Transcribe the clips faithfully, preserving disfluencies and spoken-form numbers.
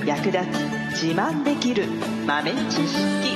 役立つ自慢できる豆知識。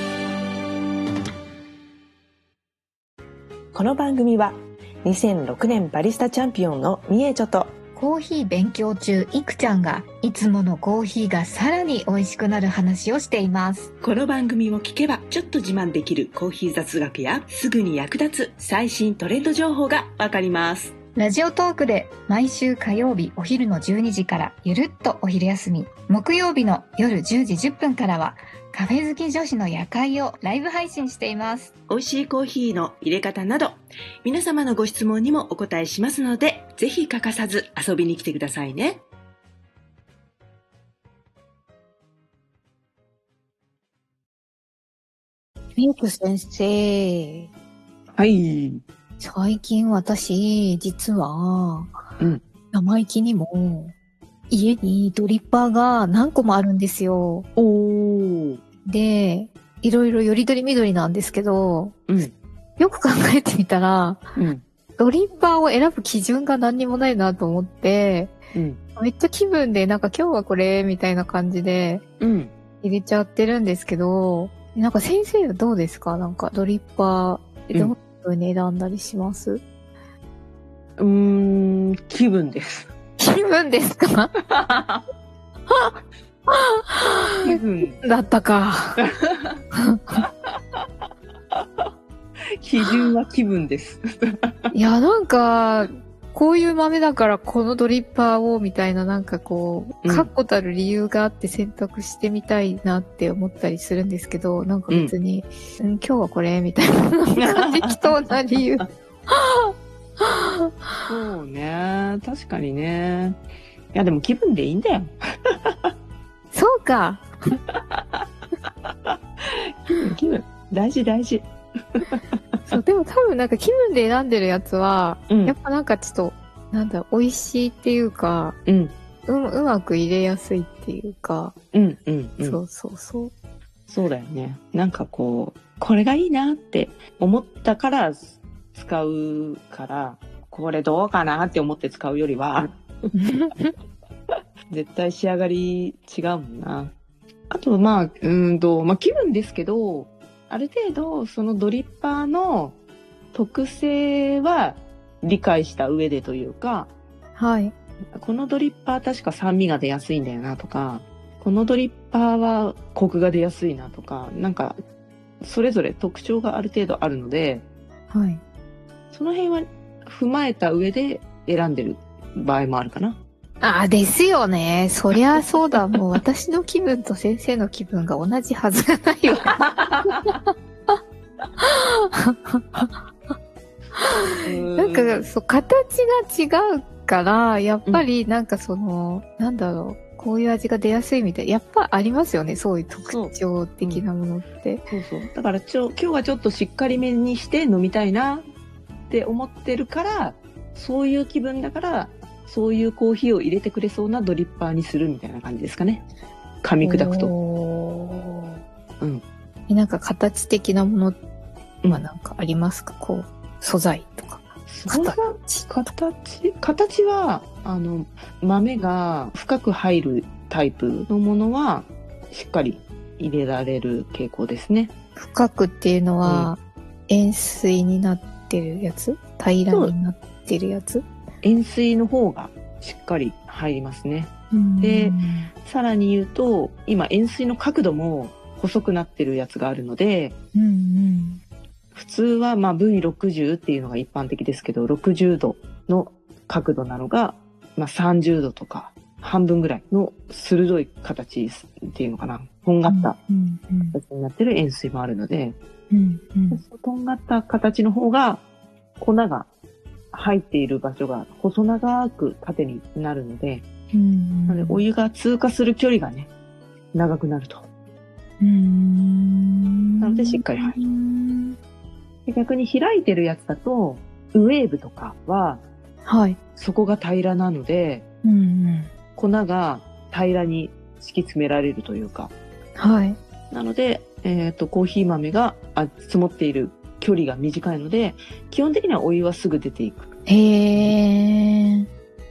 この番組はにせんろくねんバリスタチャンピオンのみえちょとコーヒー勉強中いくちゃんがいつものコーヒーがさらに美味しくなる話をしています。 この番組を聞けばちょっと自慢できるコーヒー雑学やすぐに役立つ最新トレンド情報がわかります。 ラジオトークで毎週火曜日お昼のじゅうにじからゆるっとお昼休み、木曜日の夜じゅうじじゅっぷんからはカフェ好き女子の夜会をライブ配信しています。 美味しいコーヒーの入れ方など皆様のご質問にもお答えしますので、ぜひ欠かさず遊びに来てくださいね。 ミルク先生、 はい。 最近私実は、うん、生意気にも家にドリッパーが何個もあるんですよ。 おー。 で、いろいろよりどりみどりなんですけど、 うん、 よく考えてみたら、 うん、 ドリッパーを選ぶ基準が何にもないなと思って、 うん、 めっちゃ気分でなんか今日はこれみたいな感じで入れちゃってるんですけど、うん、なんか先生はどうですか？なんかドリッパーどういう風に選んだりします？ うーん、気分です。 気分ですか？ 気分だったか。 基準は気分です。 いや、なんか、こういう豆だからこのドリッパーをみたいな、なんかこう、確固たる理由があって選択してみたいなって思ったりするんですけど、なんか別に、うん、今日はこれみたいな、適当な理由。 そうね、確かにね。いやでも気分でいいんだよ。 そうか。 気分気分大事大事。 そうでも多分なんか気分で選んでるやつは、うん、やっぱなんかちょっとなんだ美味しいっていうか、うん、う, うまく入れやすいっていうか、 うんうんうん、 そうそうそう。 そうだよね。なんかこうこれがいいなって思ったから使うから、これどうかなって思って使うよりは絶対仕上がり違うもんな。あとまあうんとまあ気分ですけど、ある程度そのドリッパーの特性は理解した上でというか、 はい。 このドリッパー確か酸味が出やすいんだよなとか、このドリッパーはコクが出やすいなとか、なんかそれぞれ特徴がある程度あるので、 はい。 その辺は踏まえた上で選んでる場合もあるかな。 ああ、ですよね。そりゃそうだ。もう私の気分と先生の気分が同じはずがないわ。なんか、そう、形が違うから、やっぱりなんかその、うん、なんだろう、こういう味が出やすいみたいな、やっぱありますよね。そういう特徴的なものって。 そう、うん、そうそう。だからちょ、今日はちょっとしっかりめにして飲みたいなって思ってるから、そういう気分だから、そういうコーヒーを入れてくれそうなドリッパーにするみたいな感じですかね。噛み砕くと。 うん。なんか形的なものはなんかありますか？こう、素材とか。 形形形は、あの、豆が深く入るタイプのものは、しっかり入れられる傾向ですね。 深くっていうのは、うん、円錐になってるやつ？平らになってるやつ？ 円錐の方がしっかり入りますね。で、さらに言うと、今円錐の角度も細くなってるやつがあるので、うんうん、普通はまあ ブイろくじゅう っていうのが一般的ですけど、ろくじゅうどの角度なのが、まあ、さんじゅうどとか半分ぐらいの鋭い形っていうのかな、とんがった形になってる円錐もあるので、うんうん、とんがった形の方が粉が入っている場所が細長く縦になるので、うん、なのでお湯が通過する距離がね、長くなると。うーん、なのでしっかり入る。で、逆に開いてるやつだと、ウェーブとかは、はい、底が平らなので、うんうん、粉が平らに敷き詰められるというか、はい、なので、えっと、コーヒー豆があ積もっている距離が短いので、基本的にはお湯はすぐ出ていく。へー。な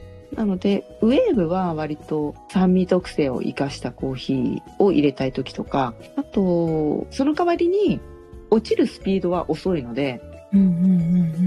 なのでウェーブは割と酸味特性を生かしたコーヒーを入れたい時とか、あとその代わりに落ちるスピードは遅いので、 うんうんうんうん、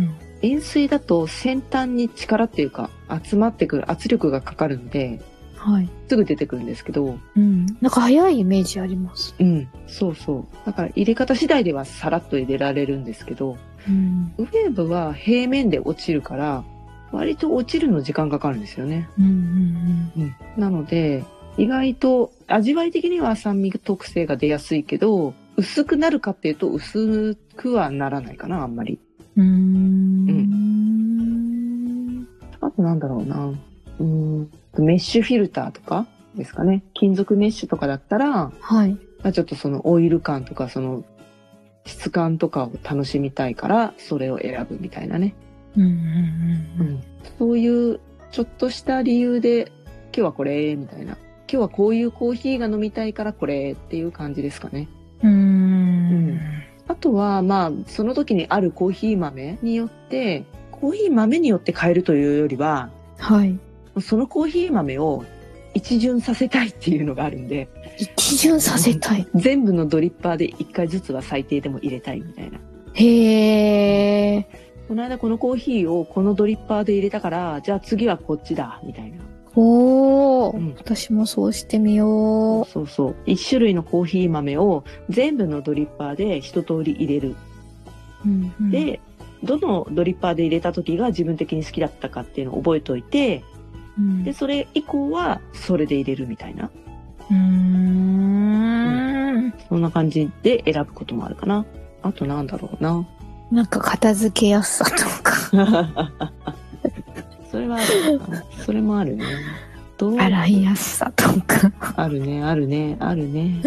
塩水だと先端に力っていうか集まってくる圧力がかかるので、 はい、 すぐ出てくるんですけど、 うん、なんか早いイメージあります。 うん、そうそう。だから入れ方次第ではさらっと入れられるんですけど、うん、ウェーブは平面で落ちるから割と落ちるの時間かかるんですよね。うんうんうんうん、なので意外と味わい的には酸味特性が出やすいけど、薄くなるかっていうと薄くはならないかな、あんまり。うーん、うん、あとなんだろうな、うーん、メッシュフィルターとかですかね。金属メッシュとかだったら、はい、まあ、ちょっとそのオイル感とかその質感とかを楽しみたいからそれを選ぶみたいなね。うんうんうんうん、そういうちょっとした理由で今日はこれみたいな、今日はこういうコーヒーが飲みたいからこれっていう感じですかね。うーん、うん、あとはまあその時にあるコーヒー豆によってコーヒー豆によって変えるというよりは、はい、そのコーヒー豆を一巡させたいっていうのがあるんで、 一巡させたい、 全部のドリッパーで一回ずつは最低でも入れたいみたいな。 へー、 この間このコーヒーをこのドリッパーで入れたから、じゃあ次はこっちだみたいな。 おー、うん、私もそうしてみよう。 そうそう。一種類のコーヒー豆を全部のドリッパーで一通り入れる。うんうん、で、どのドリッパーで入れた時が自分的に好きだったかっていうのを覚えておいて、うん、で、それ以降はそれで入れるみたいな。うーん、うん、そんな感じで選ぶこともあるかな。あとなんだろうな。 なんか片付けやすさとか。 それはあるかな。それもあるね。 どう洗いやすさとか。 あるね、あるね、あるね。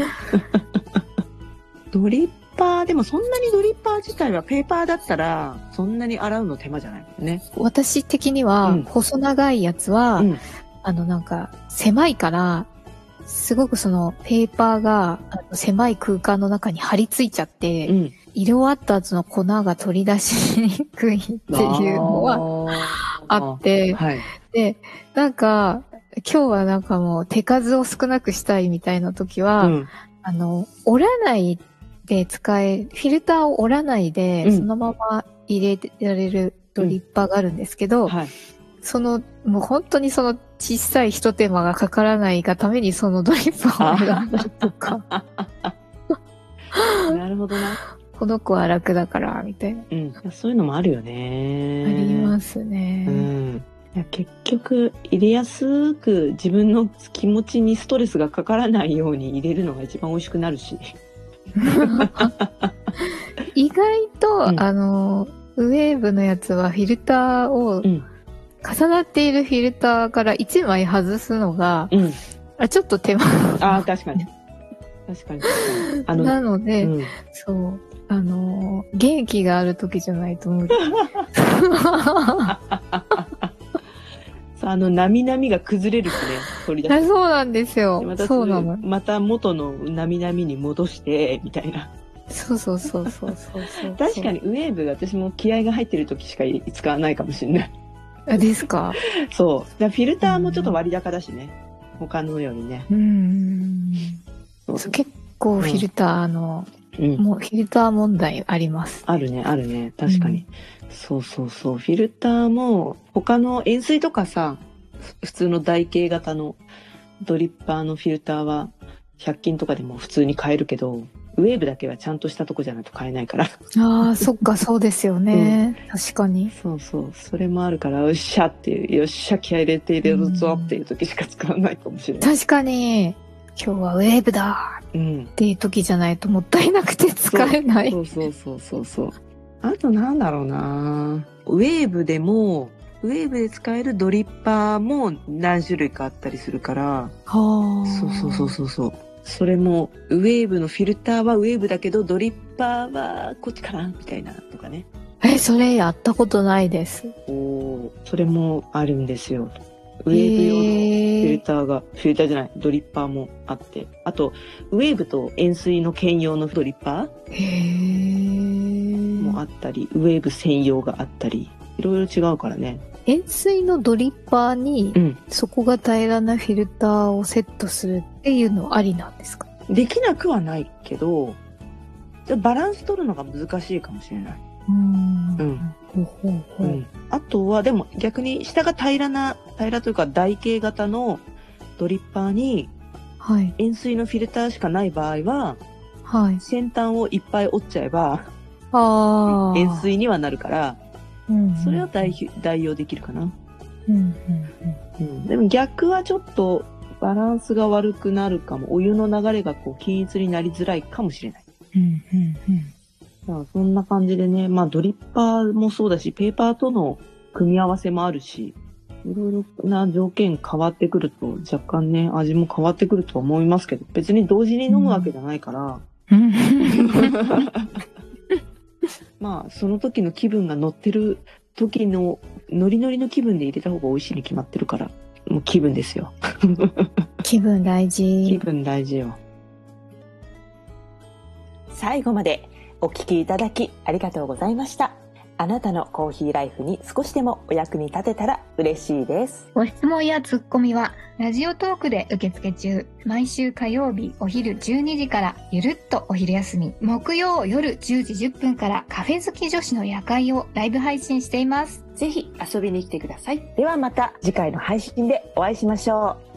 ドリッパー、でもそんなにドリッパー自体はペーパーだったらそんなに洗うの手間じゃないもんね。 私的には、うん、細長いやつは、うん、あのなんか狭いからすごくそのペーパーがあの狭い空間の中に張り付いちゃって、うん、色あった後の粉が取り出しにくいっていうのはあって、はい、でなんか今日はなんかもう手数を少なくしたいみたいな時は、うん、あの折らないで使え、フィルターを折らないで、うん、そのまま入れられるドリッパーがあるんですけど、うんはい、そのもう本当にその小さい一手間がかからないがためにそのドリッパーを選んだりとか。 なるほどな。 この子は楽だからみたいな、 うん、そういうのもあるよね。 ありますね。うん、 いや結局入れやすく自分の気持ちにストレスがかからないように入れるのが一番美味しくなるし。 意外と、うん、あのウェーブのやつはフィルターを、うん、重なっているフィルターからいちまい外すのが、うん、あちょっと手間。 あ確かに確かにあのなので、うん、そうあの元気がある時じゃないと無理。 あのなみなみが崩れるしね、取り出す。 そうなんですよ。 またそうなの。 また元のなみなみに戻してみたいな。 そうそうそうそうそうそう。 確かにウェーブ私も気合が入ってる時しか使わないかもしれない。 あですか。 そう。だフィルターもちょっと割高だしね。うん、他のよりね。うん。 そう結構フィルターの、うん、もうフィルター問題あります。 あるねあるね確かに。うん、そうそうそう。フィルターも他の塩水とかさ、普通の台形型のドリッパーのフィルターはひゃく均とかでも普通に買えるけど、ウェーブだけはちゃんとしたとこじゃないと買えないから。 ああ、そっかそうですよね、うん、確かに。 そうそうそれもあるから、よっしゃっていう、よっしゃ気合入れて入れるぞっていう時しか使わないかもしれない。 確かに今日はウェーブだっていう時じゃないともったいなくて使えない。 そうそうそうそうそう。あとなんだろうな、ウェーブでもウェーブで使えるドリッパーも何種類かあったりするから、はそうそうそうそうそう。それもウェーブのフィルターはウェーブだけどドリッパーはこっちかなみたいなとかね。 え、それやったことないです。 お、それもあるんですよ。ウェーブ用のフィルターが、フィルターじゃない、ドリッパーもあって、あとウェーブと塩水の兼用のドリッパーもあったり、ウェーブ専用があったり、いろいろ違うからね。 塩水のドリッパーに、うん、底が平らなフィルターをセットするっていうのはありなんですか？ できなくはないけど、バランス取るのが難しいかもしれない。うん。うん。ほうほうほう。うん。あとは、でも逆に下が平らな、平らというか台形型のドリッパーに、はい。塩水のフィルターしかない場合は、はい。先端をいっぱい折っちゃえば、ああ。塩水にはなるから、うん、うん。それは代代用できるかな。うん、うん、うん。うん。でも逆はちょっとバランスが悪くなるかも。お湯の流れがこう均一になりづらいかもしれない。うん、うん、うん。そんな感じでね、まあドリッパーもそうだし、ペーパーとの組み合わせもあるし、いろいろな条件変わってくると、若干ね、味も変わってくると思いますけど、別に同時に飲むわけじゃないから、うん、まあその時の気分が乗ってる時の、ノリノリの気分で入れた方が美味しいに決まってるから、もう気分ですよ。 気分大事。 気分大事よ。 最後までお聞きいただきありがとうございました。あなたのコーヒーライフに少しでもお役に立てたら嬉しいです。 ご質問やツッコミはラジオトークで受付中。毎週火曜日お昼じゅうにじからゆるっとお昼休み、木曜夜じゅうじじゅっぷんからカフェ好き女子の夜会をライブ配信しています。 ぜひ遊びに来てください。ではまた次回の配信でお会いしましょう。